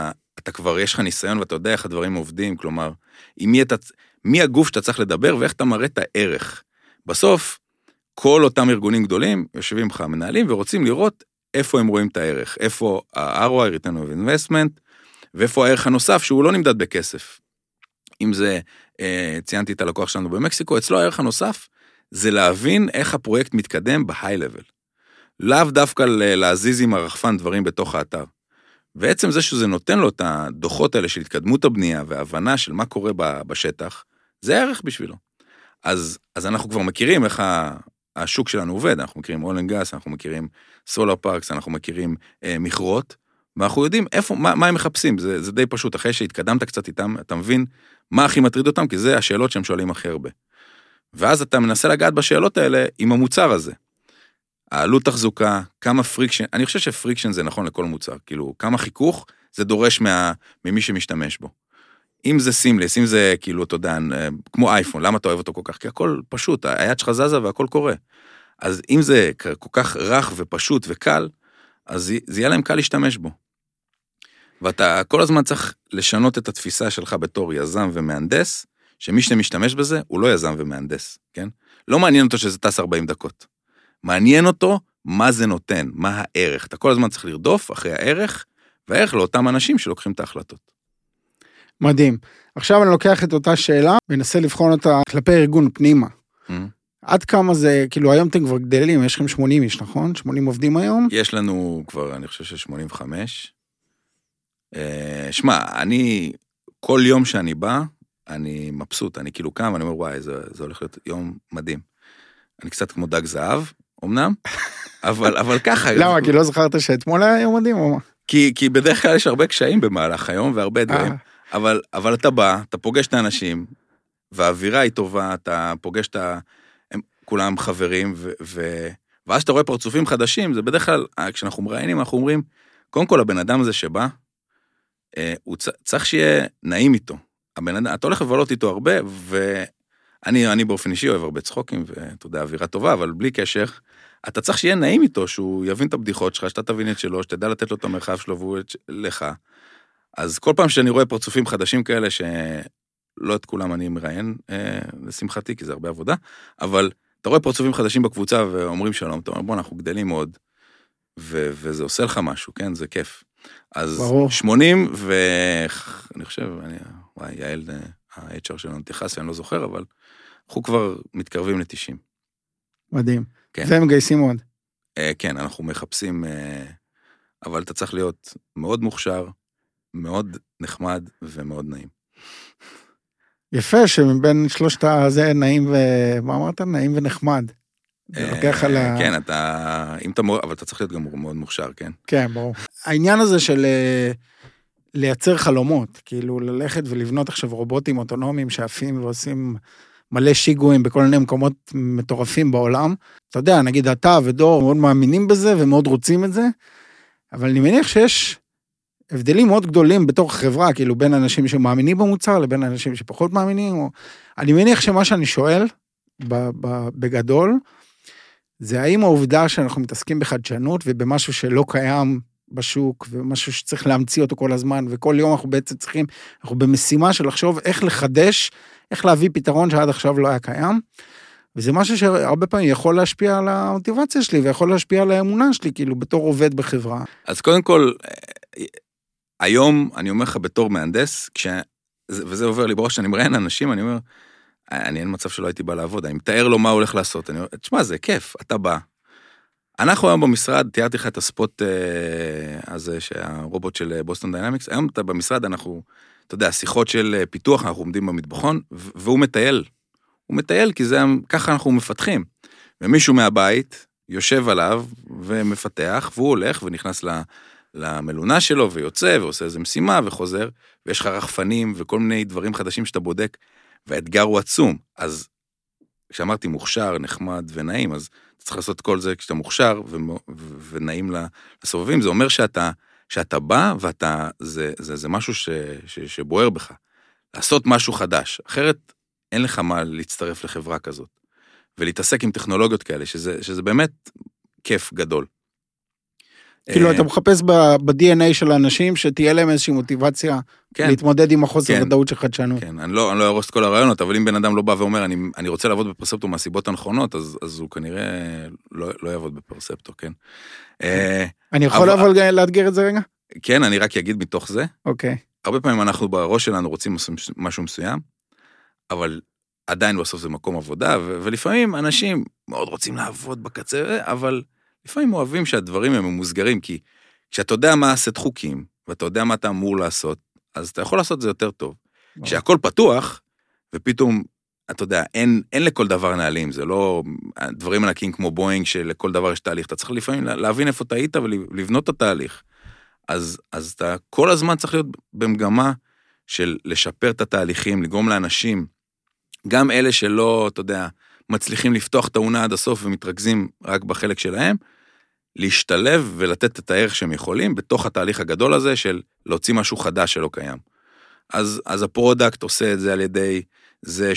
אתה כבר, יש לך ניסיון ואתה יודע איך הדברים עובדים, כלומר, מי הגוף שאתה צריך לדבר ואיך אתה מראה את הערך. בסוף, כל אותם ארגונים גדולים יושבים לך מנהלים ורוצים לראות איפה הם רואים את הערך, איפה ה-ROI, Return of Investment, ואיפה הערך הנוסף שהוא לא נמדד בכסף. אם זה, ציינתי את הלקוח שלנו במקסיקו, אצלו הערך הנוסף זה להבין איך הפרויקט מתקדם בהיי לבל. לאו דווקא להזיז עם הרחפן דברים בתוך האתר. ועצם זה שזה נותן לו את הדוחות האלה של התקדמות הבנייה וההבנה של מה קורה בשטח, זה הערך בשבילו. אז אנחנו כבר מכירים איך השוק שלנו עובד, אנחנו מכירים אול אנד גס, אנחנו מכירים סולר פארקס, אנחנו מכירים מכרות, ואנחנו יודעים מה הם מחפשים, זה די פשוט, אחרי שהתקדמת קצת איתם, אתה מבין מה הכי מטריד אותם, כי זה השאלות שהם שואלים הכי הרבה. ואז אתה מנסה לגעת בשאלות האלה עם המוצר הזה. העלות תחזוקה, כמה פריקשן, אני חושב שפריקשן זה נכון לכל מוצר, כאילו כמה חיכוך זה דורש ממי שמשתמש בו. אם זה סימלס, אם זה כאילו, אתה יודע, כמו אייפון, למה אתה אוהב אותו כל כך? כי הכל פשוט, היד שלך זזה והכל קורה. אז אם זה כל כך רך ופשוט וקל, אז זה יהיה להם קל להשתמש בו. ואתה כל הזמן צריך לשנות את התפיסה שלך בתור יזם ומהנדס, שמי שמשתמש בזה הוא לא יזם ומהנדס, כן? לא מעניין אותו שזה טס 40 דקות. מעניין אותו מה זה נותן, מה הערך. אתה כל הזמן צריך לרדוף אחרי הערך, והערך לאותם אנשים שלוקחים את ההחלטות. מדהים. עכשיו אני לוקח את אותה שאלה, ונסה לבחון אותה כלפי ארגון פנימה. עד כמה זה, כאילו היום אתם כבר גדלים, יש לכם 80 איש, נכון? 80 עובדים היום? יש לנו כבר, אני חושב ש85. שמע, אני, כל יום שאני בא, אני מבסוט, אני כאילו קם, ואני אומר, וואי, זה הולך להיות יום מדהים. אני קצת כמו דג זהב, אמנם, אבל ככה. למה? כי לא זכרת שאתמול היה יום מדהים או מה? כי בדרך כלל יש הרבה קשיים במהלך היום, והרבה דברים, אבל אתה בא, אתה פוגש את האנשים, והאווירה היא טובה, אתה פוגש את הם כולם חברים, ואז אתה רואה פרצופים חדשים, זה בדרך כלל, כשאנחנו מראיינים, אנחנו אומרים, קודם כל הבן אדם הזה שבא, הוא צריך שיהיה נעים איתו. אתה הולך לבלות איתו הרבה, ואני באופן אישי אוהב הרבה צחוקים, ואתה יודע, אווירה טובה, אבל בלי קשר, אתה צריך שיהיה נעים איתו, שהוא יבין את הבדיחות שלך, שאתה תבין את שלו, שתדע לתת לו את המרחב שלו, והוא לך. אז כל פעם שאני רואה פרצופים חדשים כאלה, שלא את כולם אני מראיין, לשמחתי, כי זה הרבה עבודה, אבל אתה רואה פרצופים חדשים בקבוצה, ואומרים שלום, אתה אומר, בוא, אנחנו גדלים מאוד, וזה עושה לך משהו, כן? זה כיף. אז ברור. 80, ואני חושב, וואי, יעל, ה-HR שלנו תיחס, אני לא זוכר, אבל אנחנו כבר מתקרבים ל-90. מדהים. כן. והם מגייסים עוד. כן, אנחנו מחפשים, אבל אתה צריך להיות מאוד מוכשר, מאוד נחמד ומאוד נעים. יפה, שמבין שלושת הזה נעים מה אמרת? נעים ונחמד. זה לוקח על ה... כן, אבל אתה צריך להיות גם מאוד מוכשר, כן? כן, ברור. העניין הזה של לייצר חלומות, כאילו ללכת ולבנות עכשיו רובוטים אוטונומיים שעפים ועושים מלא שיגועים בכל מיני מקומות מטורפים בעולם. אתה יודע, נגיד אתה ודור מאוד מאמינים בזה ומאוד רוצים את זה, אבל אני מניח שיש הבדלים מאוד גדולים בתוך חברה, כאילו בין אנשים שמאמינים במוצר לבין אנשים שפחות מאמינים. אני מניח שמה שאני שואל בגדול, זה האם העובדה שאנחנו מתעסקים בחדשנות ובמשהו שלא קיים בשוק, ומשהו שצריך להמציא אותו כל הזמן, וכל יום אנחנו בעצם צריכים, אנחנו במשימה של לחשוב איך לחדש, איך להביא פתרון שעד עכשיו לא היה קיים, וזה משהו שהרבה פעמים יכול להשפיע על המוטיבציה שלי, ויכול להשפיע על האמונה שלי, כאילו בתור עובד בחברה. אז קודם כל, היום אני אומר לך בתור מהנדס, וזה עובר לי בראש, אני מראיין אנשים, אני אומר, אני אין מצב שלא הייתי בא לעבוד, אני מתאר לו מה הוא הולך לעשות, אני אומר, תשמע, זה כיף, אתה בא. אנחנו היום במשרד, תיארתי לך את הספוט הזה, שהרובוט של בוסטון דיינמיקס, היום במשרד אנחנו, אתה יודע, שיחות של פיתוח, אנחנו עומדים במטבחון, והוא מטייל. הוא מטייל כי זה, ככה אנחנו מפתחים. ומישהו מהבית יושב עליו ומפתח, והוא הולך ונכנס למלונה שלו, ויוצא ועושה איזו משימה וחוזר, ויש לך רחפנים וכל מיני דברים חדשים שאתה בודק, והאתגר הוא עצום. אז כשאמרתי מוכשר, נחמד ונעים, אז אתה צריך לעשות כל זה כשאתה מוכשר ונעים לסובבים, זה אומר שאתה בא זה משהו שבוער בך. לעשות משהו חדש. אחרת אין לך מה להצטרף לחברה כזאת. ולהתעסק עם טכנולוגיות כאלה, שזה באמת כיף גדול. כאילו, אתה מחפש ב-DNA של האנשים, שתהיה להם איזושהי מוטיבציה להתמודד עם החוסר ודאות של חדשנות. כן, אני לא ארוס את כל הרעיונות, אבל אם בן אדם לא בא ואומר, אני רוצה לעבוד בפרספטו מהסיבות הנכונות, אז הוא כנראה לא יעבוד בפרספטו, כן. אני יכול אבל לאתגר את זה רגע? כן, אני רק אגיד מתוך זה. אוקיי. הרבה פעמים אנחנו בראש שלנו רוצים משהו מסוים, אבל עדיין בסוף זה מקום עבודה, ולפעמים אנשים מאוד רוצים לעבוד בקצה, אבל לפעמים אוהבים שהדברים הם ממוסגרים, כי כשאתה יודע מה הסט חוקים, ואתה יודע מה אתה אמור לעשות, אז אתה יכול לעשות את זה יותר טוב. כשהכל פתוח, ופתאום, אתה יודע, אין לכל דבר נהלים, זה לא דברים ענקים כמו בוינג, שלכל דבר יש תהליך, אתה צריך לפעמים להבין איפה אתה היית, ולבנות את התהליך. אז אתה כל הזמן צריך להיות במגמה, של לשפר את התהליכים, לגרום לאנשים, גם אלה שלא, אתה יודע, מצליחים לפתוח את העונה עד הסוף, ומתרכזים רק בחלק שלהם, להשתלב ולתת את הערך שהם יכולים, בתוך התהליך הגדול הזה, של להוציא משהו חדש שלא קיים. אז הפרודקט עושה את זה על ידי זה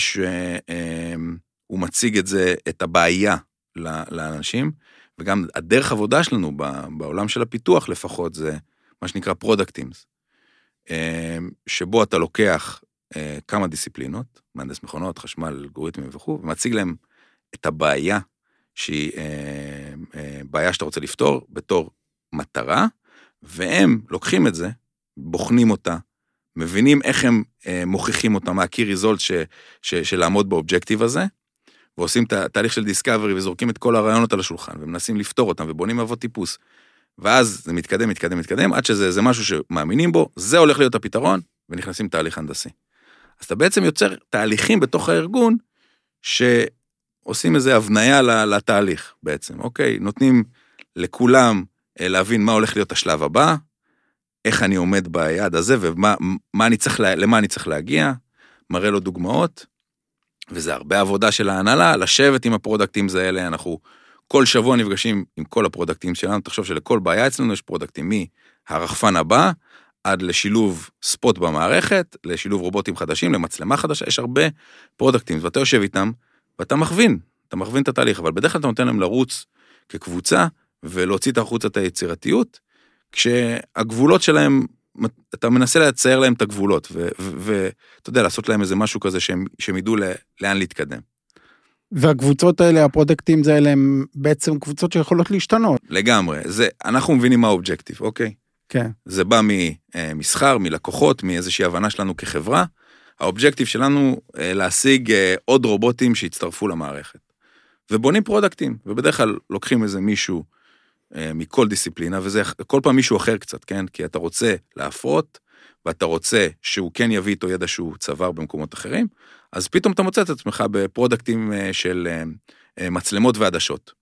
שהוא מציג את זה, את הבעיה לאנשים, וגם הדרך עבודה שלנו בעולם של הפיתוח לפחות, זה מה שנקרא פרודקטימס, שבו אתה לוקח כמה דיסציפלינות, מהנדס מכונות, חשמל, אלגוריתמים וכו', ומציג להם את הבעיה, שהיא בעיה שאתה רוצה לפתור בתור מטרה, והם לוקחים את זה, בוחנים אותה, מבינים איך הם מוכיחים אותה, מה ה-key result של לעמוד באובג'קטיב הזה, ועושים את התהליך של דיסקאברי, וזורקים את כל הרעיונות על השולחן, ומנסים לפתור אותם, ובונים אבות טיפוס, ואז זה מתקדם, עד שזה משהו שמאמינים בו, זה הולך להיות הפתרון, ונכנסים תהליך הנדסי. אז אתה בעצם יוצר תהליכים בתוך הארגון, שעושים איזו הבניה לתהליך בעצם, אוקיי? נותנים לכולם להבין מה הולך להיות השלב הבא, איך אני עומד ביעד הזה, ולמה אני צריך להגיע, מראה לו דוגמאות, וזה הרבה עבודה של ההנהלה, לשבת עם הפרודקטים האלה, אנחנו כל שבוע נפגשים עם כל הפרודקטים שלנו, תחשוב שלכל בעיה אצלנו יש פרודקטים מהרחפן הבא, עד לשילוב ספוט במערכת, לשילוב רובוטים חדשים, למצלמה חדשה, יש הרבה פרודקטים, ואתה יושב איתם, ואתה מכווין את התהליך, אבל בדרך כלל אתה נותן להם לרוץ כקבוצה, ולהוציא את החוצה את היצירתיות, כשהגבולות שלהם, אתה מנסה לצייר להם את הגבולות, ואתה יודע, לעשות להם איזה משהו כזה, שהם ידעו לאן להתקדם. והקבוצות האלה, הפרודקטים האלה, הם בעצם קבוצות שיכולות להשתנות. לגמרי, אנחנו מבינים מה האובג'קטיב, אוקיי? כן. זה בא ממסחר, מלקוחות, מאיזושהי הבנה שלנו כחברה. האובג'קטיב שלנו להשיג עוד רובוטים שיצטרפו למערכת. ובונים פרודקטים, ובדרך כלל לוקחים איזה מישהו מכל דיסציפלינה, וזה כל פעם מישהו אחר קצת, כן? כי אתה רוצה להפרות, ואתה רוצה שהוא כן יביא איתו ידע שהוא צבר במקומות אחרים, אז פתאום אתה מוצא את עצמך בפרודקטים של מצלמות ועדשות.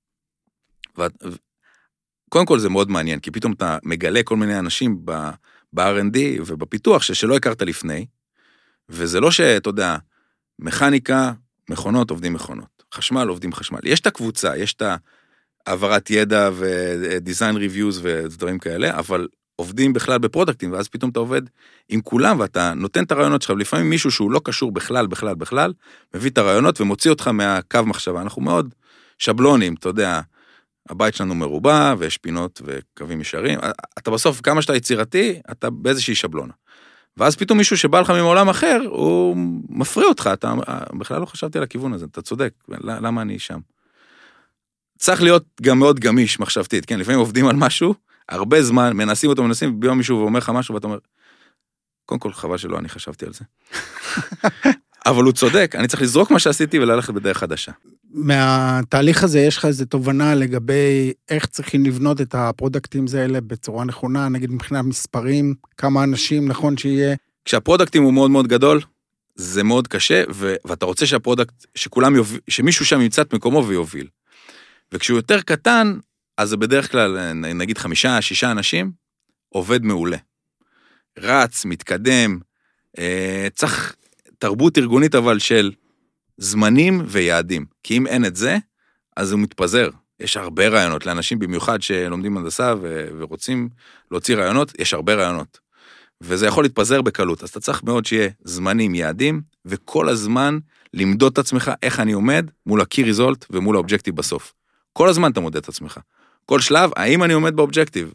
קודם כל זה מאוד מעניין, כי פתאום אתה מגלה כל מיני אנשים ב-R&D ובפיתוח שלא הכרת לפני, וזה לא שאתה יודע, מכניקה, מכונות, עובדים מכונות, חשמל, עובדים חשמל. יש את הקבוצה, יש את העברת ידע ודיזיין ריוויוז ודברים כאלה, אבל עובדים בכלל בפרודקטים, ואז פתאום אתה עובד עם כולם, ואתה נותן את הרעיונות שלך, לפעמים מישהו שהוא לא קשור בכלל, מביא את הרעיונות ומוציא אותך מהקו מחשבה. אנחנו מאוד שבלונים, אתה יודע, הבית שלנו מרובע, ויש פינות וקווים ישרים, אתה בסוף, כמה שאתה יצירתי, אתה באיזושהי שבלונה. ואז פתאום מישהו שבא לך מעולם אחר, הוא מפריע אותך, אתה בכלל לא חשבתי על הכיוון הזה, אתה צודק, למה אני שם? צריך להיות גם מאוד גמיש מחשבתית, כן? לפעמים עובדים על משהו, הרבה זמן, מנסים, ביום מישהו ואומר לך משהו, ואתה אומר, קודם כל חבל שלא, אני חשבתי על זה. אבל הוא צודק, אני צריך לזרוק מה שעשיתי וללכת בדרך חדשה. מהתהליך הזה יש לך איזו תובנה לגבי איך צריכים לבנות את הפרודקטים האלה בצורה נכונה, נגיד מבחינת מספרים, כמה אנשים נכון שיהיה. כשהפרודקטים הוא מאוד מאוד גדול, זה מאוד קשה, ואתה רוצה שהפרודקט, שמישהו שם ימצא את מקומו ויוביל. וכשהוא יותר קטן, אז זה בדרך כלל, נגיד 5-6 אנשים, עובד מעולה. רץ, מתקדם, צריך תרבות ארגונית אבל של זמנים ויעדים. כי אם אין את זה, אז הוא מתפזר. יש הרבה רעיונות, לאנשים במיוחד שלומדים הנדסה ורוצים להוציא רעיונות, יש הרבה רעיונות. וזה יכול להתפזר בקלות, אז אתה צריך מאוד שיהיה זמנים, יעדים, וכל הזמן למדוד את עצמך איך אני עומד מול ה-key result ומול האובג'קטיב בסוף. כל הזמן אתה מודד את עצמך. כל שלב, האם אני עומד באובג'קטיב?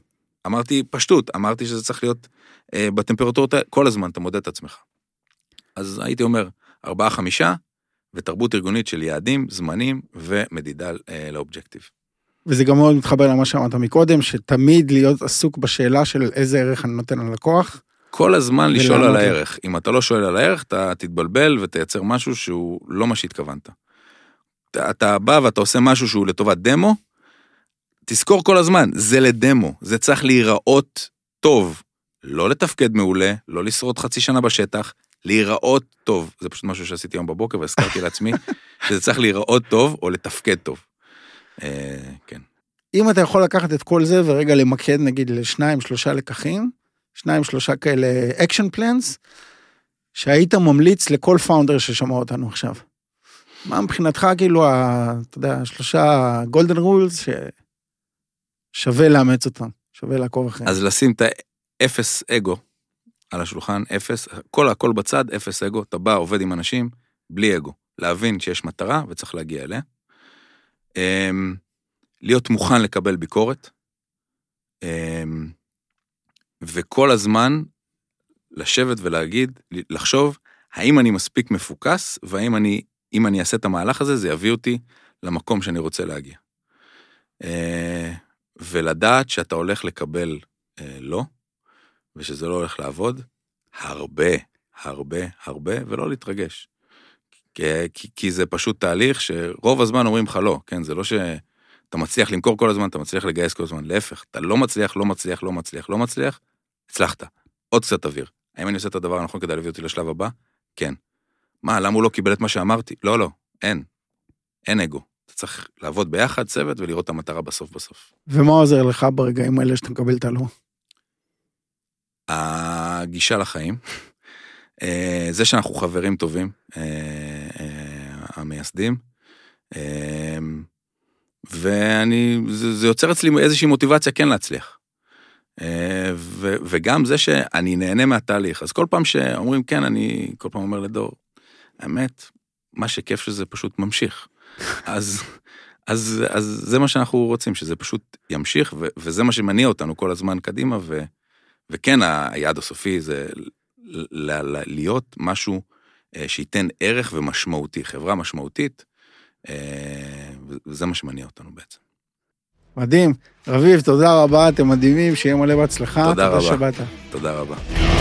אמרתי פשטות, אמרתי שזה צריך להיות בטמפרטורות, כל הזמן אתה מודד את עצמך. אז הייתי אומר, 4-5, ותרבות ארגונית של יעדים, זמנים, ומדידה לאובג'קטיב. וזה גם מאוד מתחבר למה שאמרת מקודם, שתמיד להיות עסוק בשאלה של איזה ערך אני נותן ללקוח. כל הזמן לשאול על הערך. אם אתה לא שואל על הערך, אתה תתבלבל ותייצר משהו שהוא לא מה שהתכוונת. אתה בא ואתה עושה משהו שהוא לטובת דמו, תזכור כל הזמן, זה לדמו, זה צריך להיראות טוב, לא לתפקד מעולה, לא לשרוד חצי שנה בשטח, להיראות טוב, זה פשוט משהו שעשיתי היום בבוקר והזכרתי לעצמי, שזה צריך להיראות טוב או לתפקד טוב. כן. אם אתה יכול לקחת את כל זה ורגע למקד נגיד ל2-3 לקחים, 2-3 כאלה action plans, שהיית ממליץ לכל פאונדר ששמע אותנו עכשיו. מה מבחינתך כאילו, אתה יודע, 3 golden rules ששווה לאמץ אותם, שווה לעקוב אחריהם. אז לשים את האפס אגו על השולחן, אפס, הכל בצד, אפס אגו, אתה בא, עובד עם אנשים, בלי אגו. להבין שיש מטרה וצריך להגיע אליה. להיות מוכן לקבל ביקורת, וכל הזמן לשבת ולהגיד, לחשוב, האם אני מספיק מפוקס, והאם אם אני אעשה את המהלך הזה, זה יביא אותי למקום שאני רוצה להגיע. ולדעת שאתה הולך לקבל לא, ושזה לא הולך לעבוד, הרבה, ולא להתרגש. כי זה פשוט תהליך שרוב הזמן אומרים לך לא, כן? זה לא שאתה מצליח למכור כל הזמן, אתה מצליח לגייס כל הזמן, להפך, אתה לא מצליח, הצלחת, עוד קצת אוויר. האם אני עושה את הדבר הנכון כדי להביא אותי לשלב הבא? כן. מה, למה הוא לא קיבל את מה שאמרתי? לא, אין אגו. אתה צריך לעבוד ביחד, צוות, ולראות את המטרה בסוף. ומה עוזר לך ברגעים האלה שאתה מקבל את הלא? הגישה לחיים. זה שאנחנו חברים טובים, המייסדים, זה יוצר אצלי איזושהי מוטיבציה כן להצליח. וגם זה שאני נהנה מהתהליך. אז כל פעם שאומרים כן, אני כל פעם אומר לדור, האמת, מה שכיף שזה פשוט ממשיך. אז זה מה שאנחנו רוצים, שזה פשוט ימשיך, וזה מה שמניע אותנו כל הזמן קדימה, וכן, היעד הסופי זה להיות משהו שייתן ערך ומשמעותי, חברה משמעותית, וזה מה שמניע אותנו בעצם. מדהים. רביב, תודה רבה, אתם מדהימים, שיהיה מלא בהצלחה. תודה רבה. תודה רבה.